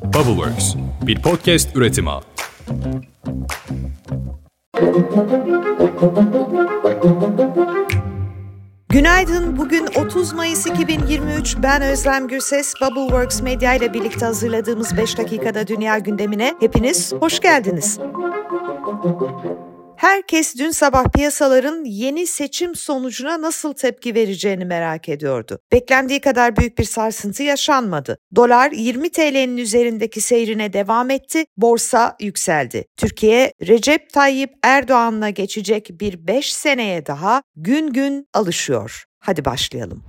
Bubbleworks, bir podcast üretimi. Günaydın. Bugün 30 Mayıs 2023. Ben Özlem Gürses. Bubbleworks Medya ile birlikte hazırladığımız 5 dakikada dünya gündemine hepiniz hoş geldiniz. Herkes dün sabah piyasaların yeni seçim sonucuna nasıl tepki vereceğini merak ediyordu. Beklendiği kadar büyük bir sarsıntı yaşanmadı. Dolar 20 TL'nin üzerindeki seyrine devam etti, borsa yükseldi. Türkiye, Recep Tayyip Erdoğan'la geçecek bir 5 seneye daha gün gün alışıyor. Hadi başlayalım.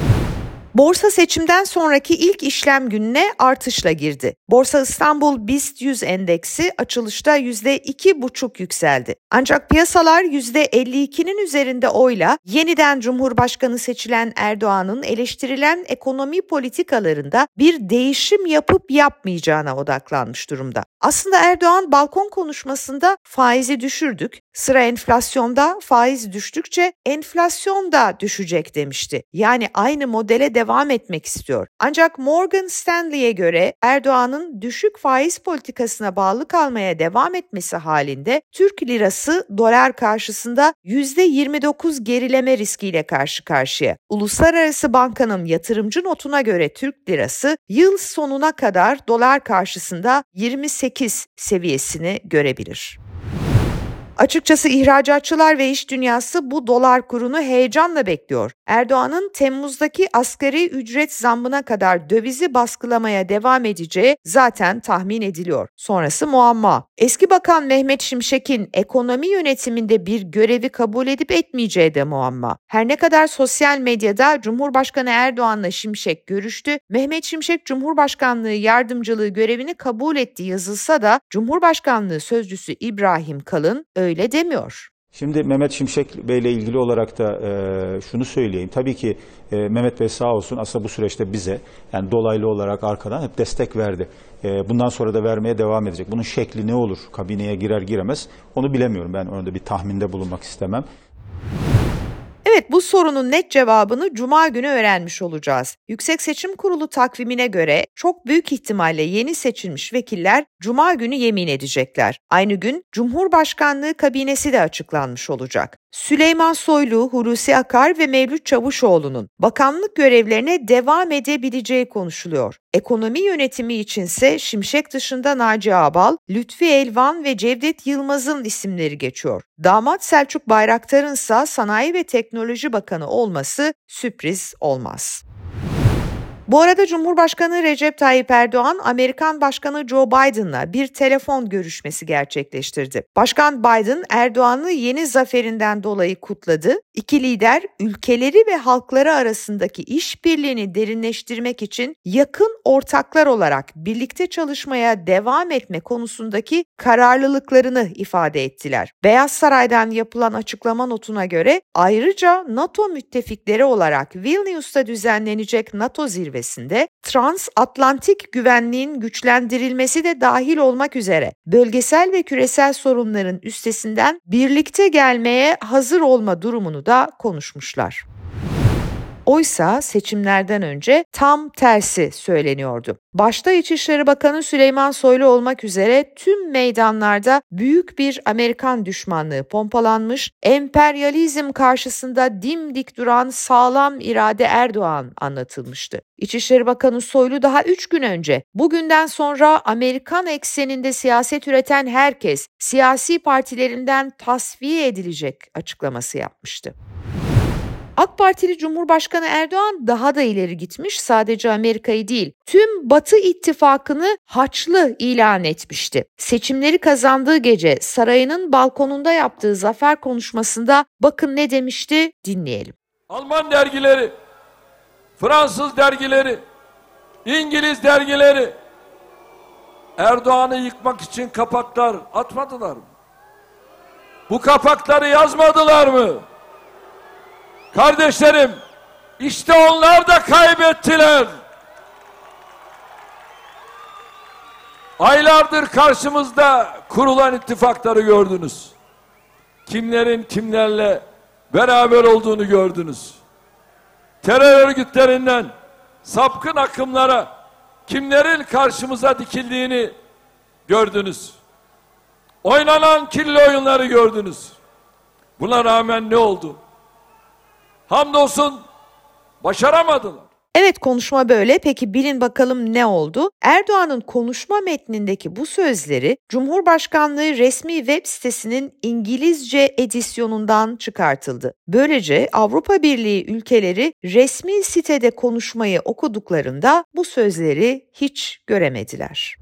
Borsa seçimden sonraki ilk işlem gününe artışla girdi. Borsa İstanbul BIST 100 endeksi açılışta %2,5 yükseldi. Ancak piyasalar %52'nin üzerinde oyla yeniden Cumhurbaşkanı seçilen Erdoğan'ın eleştirilen ekonomi politikalarında bir değişim yapıp yapmayacağına odaklanmış durumda. Aslında Erdoğan balkon konuşmasında faizi düşürdük, sıra enflasyonda faiz düştükçe enflasyon da düşecek demişti. Yani aynı modele devam etmek istiyor. Ancak Morgan Stanley'e göre Erdoğan'ın düşük faiz politikasına bağlı kalmaya devam etmesi halinde Türk lirası dolar karşısında %29 gerileme riskiyle karşı karşıya. Uluslararası Banka'nın yatırımcı notuna göre Türk lirası yıl sonuna kadar dolar karşısında 28 seviyesini görebilir. Açıkçası ihracatçılar ve iş dünyası bu dolar kurunu heyecanla bekliyor. Erdoğan'ın Temmuz'daki asgari ücret zammına kadar dövizi baskılamaya devam edeceği zaten tahmin ediliyor. Sonrası muamma. Eski Bakan Mehmet Şimşek'in ekonomi yönetiminde bir görevi kabul edip etmeyeceği de muamma. Her ne kadar sosyal medyada Cumhurbaşkanı Erdoğan'la Şimşek görüştü, Mehmet Şimşek Cumhurbaşkanlığı yardımcılığı görevini kabul etti yazılsa da Cumhurbaşkanlığı sözcüsü İbrahim Kalın öyle demiyor. Şimdi Mehmet Şimşek Bey ile ilgili olarak da şunu söyleyeyim. Tabii ki Mehmet Bey sağ olsun aslında bu süreçte bize yani dolaylı olarak arkadan hep destek verdi. Bundan sonra da vermeye devam edecek. Bunun şekli ne olur? Kabineye girer giremez onu bilemiyorum. Ben orada bir tahminde bulunmak istemem. Evet, bu sorunun net cevabını Cuma günü öğrenmiş olacağız. Yüksek Seçim Kurulu takvimine göre çok büyük ihtimalle yeni seçilmiş vekiller Cuma günü yemin edecekler. Aynı gün Cumhurbaşkanlığı kabinesi de açıklanmış olacak. Süleyman Soylu, Hulusi Akar ve Mevlüt Çavuşoğlu'nun bakanlık görevlerine devam edebileceği konuşuluyor. Ekonomi yönetimi içinse Şimşek dışında Naci Ağbal, Lütfi Elvan ve Cevdet Yılmaz'ın isimleri geçiyor. Damat Selçuk Bayraktar'ın ise Sanayi ve Teknoloji Bakanı olması sürpriz olmaz. Bu arada Cumhurbaşkanı Recep Tayyip Erdoğan, Amerikan Başkanı Joe Biden'la bir telefon görüşmesi gerçekleştirdi. Başkan Biden, Erdoğan'ı yeni zaferinden dolayı kutladı. İki lider, ülkeleri ve halkları arasındaki işbirliğini derinleştirmek için yakın ortaklar olarak birlikte çalışmaya devam etme konusundaki kararlılıklarını ifade ettiler. Beyaz Saray'dan yapılan açıklama notuna göre ayrıca NATO müttefikleri olarak Vilnius'ta düzenlenecek NATO zirvesinde transatlantik güvenliğin güçlendirilmesi de dahil olmak üzere bölgesel ve küresel sorunların üstesinden birlikte gelmeye hazır olma durumunu da konuşmuşlar. Oysa seçimlerden önce tam tersi söyleniyordu. Başta İçişleri Bakanı Süleyman Soylu olmak üzere tüm meydanlarda büyük bir Amerikan düşmanlığı pompalanmış, emperyalizm karşısında dimdik duran sağlam irade Erdoğan anlatılmıştı. İçişleri Bakanı Soylu daha 3 gün önce bugünden sonra Amerikan ekseninde siyaset üreten herkes siyasi partilerinden tasfiye edilecek açıklaması yapmıştı. AK Partili Cumhurbaşkanı Erdoğan daha da ileri gitmiş, sadece Amerika'yı değil, tüm Batı ittifakını haçlı ilan etmişti. Seçimleri kazandığı gece sarayının balkonunda yaptığı zafer konuşmasında bakın ne demişti, dinleyelim. Alman dergileri, Fransız dergileri, İngiliz dergileri Erdoğan'ı yıkmak için kapaklar atmadılar mı? Bu kapakları yazmadılar mı? Kardeşlerim, işte onlar da kaybettiler. Aylardır karşımızda kurulan ittifakları gördünüz. Kimlerin kimlerle beraber olduğunu gördünüz. Terör örgütlerinden sapkın akımlara, kimlerin karşımıza dikildiğini gördünüz. Oynanan kirli oyunları gördünüz. Buna rağmen ne oldu? Hamdolsun başaramadılar. Evet, konuşma böyle. Peki bilin bakalım ne oldu? Erdoğan'ın konuşma metnindeki bu sözleri Cumhurbaşkanlığı resmi web sitesinin İngilizce edisyonundan çıkartıldı. Böylece Avrupa Birliği ülkeleri resmi sitede konuşmayı okuduklarında bu sözleri hiç göremediler.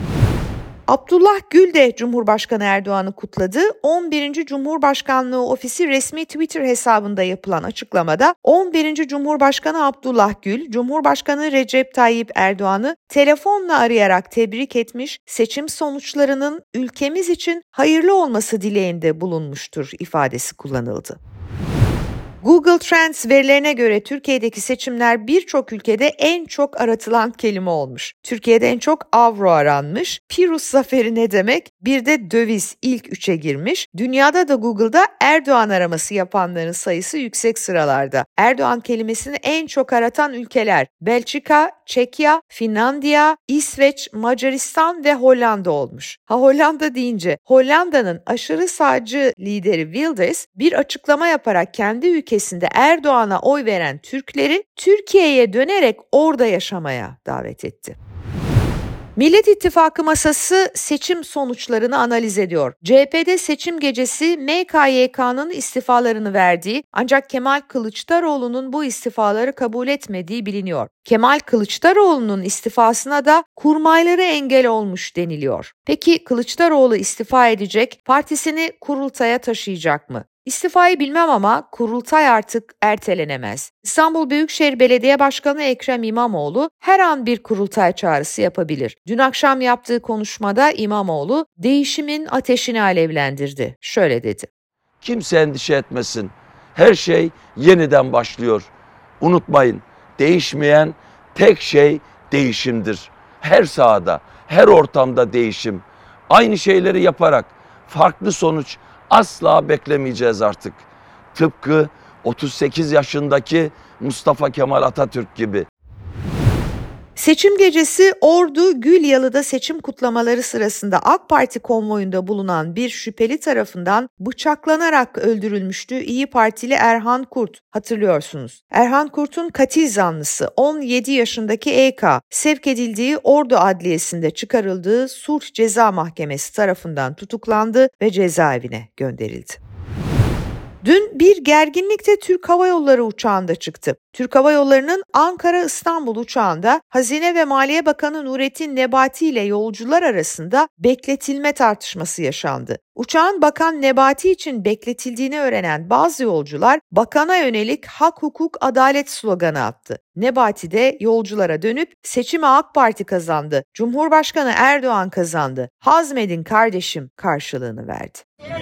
Abdullah Gül de Cumhurbaşkanı Erdoğan'ı kutladı. 11. Cumhurbaşkanlığı Ofisi resmi Twitter hesabında yapılan açıklamada 11. Cumhurbaşkanı Abdullah Gül, Cumhurbaşkanı Recep Tayyip Erdoğan'ı telefonla arayarak tebrik etmiş, seçim sonuçlarının ülkemiz için hayırlı olması dileğinde bulunmuştur ifadesi kullanıldı. Google Trends verilerine göre Türkiye'deki seçimler birçok ülkede en çok aratılan kelime olmuş. Türkiye'de en çok avro aranmış. Pirus zaferi ne demek? Bir de döviz ilk 3'e girmiş. Dünyada da Google'da Erdoğan araması yapanların sayısı yüksek sıralarda. Erdoğan kelimesini en çok aratan ülkeler Belçika, Çekya, Finlandiya, İsveç, Macaristan ve Hollanda olmuş. Hollanda deyince Hollanda'nın aşırı sağcı lideri Wilders bir açıklama yaparak kendi ülkesinde Erdoğan'a oy veren Türkleri Türkiye'ye dönerek orada yaşamaya davet etti. Millet İttifakı masası seçim sonuçlarını analiz ediyor. CHP'de seçim gecesi MKYK'nın istifalarını verdiği ancak Kemal Kılıçdaroğlu'nun bu istifaları kabul etmediği biliniyor. Kemal Kılıçdaroğlu'nun istifasına da kurmayları engel olmuş deniliyor. Peki Kılıçdaroğlu istifa edecek, partisini kurultaya taşıyacak mı? İstifayı bilmem ama kurultay artık ertelenemez. İstanbul Büyükşehir Belediye Başkanı Ekrem İmamoğlu her an bir kurultay çağrısı yapabilir. Dün akşam yaptığı konuşmada İmamoğlu değişimin ateşini alevlendirdi. Şöyle dedi. Kimse endişe etmesin. Her şey yeniden başlıyor. Unutmayın, değişmeyen tek şey değişimdir. Her sahada, her ortamda değişim. Aynı şeyleri yaparak farklı sonuç asla beklemeyeceğiz artık. Tıpkı 38 yaşındaki Mustafa Kemal Atatürk gibi. Seçim gecesi Ordu Gülyalı'da seçim kutlamaları sırasında AK Parti konvoyunda bulunan bir şüpheli tarafından bıçaklanarak öldürülmüştü İyi Partili Erhan Kurt, hatırlıyorsunuz. Erhan Kurt'un katil zanlısı 17 yaşındaki EK sevk edildiği Ordu Adliyesi'nde çıkarıldığı Sulh Ceza Mahkemesi tarafından tutuklandı ve cezaevine gönderildi. Dün bir gerginlikte Türk Hava Yolları uçağında çıktı. Türk Hava Yolları'nın Ankara-İstanbul uçağında Hazine ve Maliye Bakanı Nurettin Nebati ile yolcular arasında bekletilme tartışması yaşandı. Uçağın Bakan Nebati için bekletildiğini öğrenen bazı yolcular bakana yönelik hak, hukuk, adalet sloganı attı. Nebati de yolculara dönüp seçimi AK Parti kazandı, Cumhurbaşkanı Erdoğan kazandı, hazmedin kardeşim karşılığını verdi.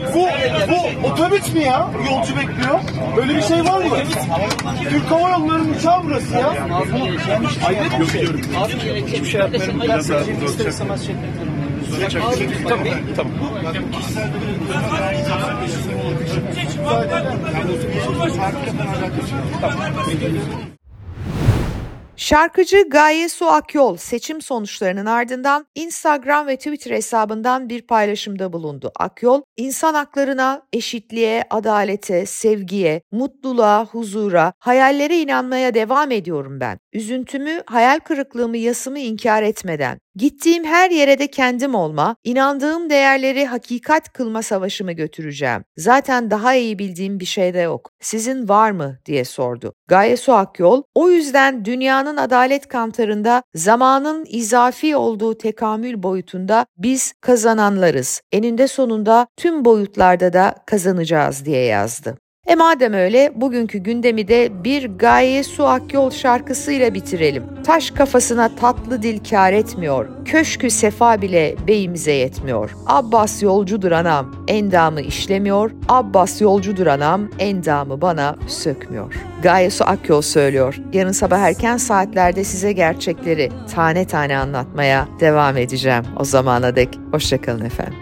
Bu otobüs mü ya? Yolcu bekliyor. Öyle bir şey var mı? Türk Hava Yolları'nın uçağı burası ya. Hayret bir şey. Hiçbir şey yapmıyorum. Biraz daha istemez çekmek. Tamam. Şarkıcı Gaye Su Akyol seçim sonuçlarının ardından Instagram ve Twitter hesabından bir paylaşımda bulundu. Akyol, insan haklarına, eşitliğe, adalete, sevgiye, mutluluğa, huzura, hayallere inanmaya devam ediyorum ben. Üzüntümü, hayal kırıklığımı, yasımı inkar etmeden. Gittiğim her yere de kendim olma, inandığım değerleri hakikat kılma savaşımı götüreceğim. Zaten daha iyi bildiğim bir şey de yok. Sizin var mı diye sordu. Gaye Su Akyol, o yüzden dünyanın adalet kantarında zamanın izafi olduğu tekamül boyutunda biz kazananlarız. Eninde sonunda tüm boyutlarda da kazanacağız diye yazdı. Madem öyle bugünkü gündemi de bir Gaye Su Akyol şarkısıyla bitirelim. Taş kafasına tatlı dil kâr etmiyor, köşkü sefa bile beyimize yetmiyor. Abbas yolcudur anam, endamı işlemiyor, Abbas yolcudur anam, endamı bana sökmüyor. Gaye Su Akyol söylüyor. Yarın sabah erken saatlerde size gerçekleri tane tane anlatmaya devam edeceğim. O zamana dek hoşçakalın efendim.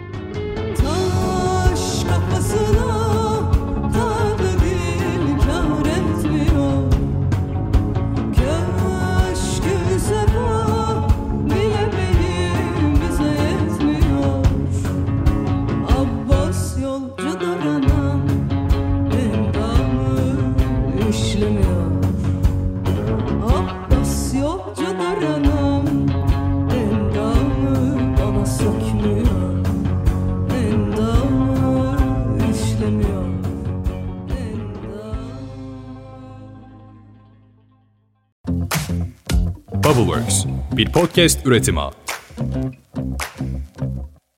işlemiyor. Abbas yolcudur anam, endamı bana sökmüyor. Endamı işlemiyor. Bubbleworks bir podcast üretimi.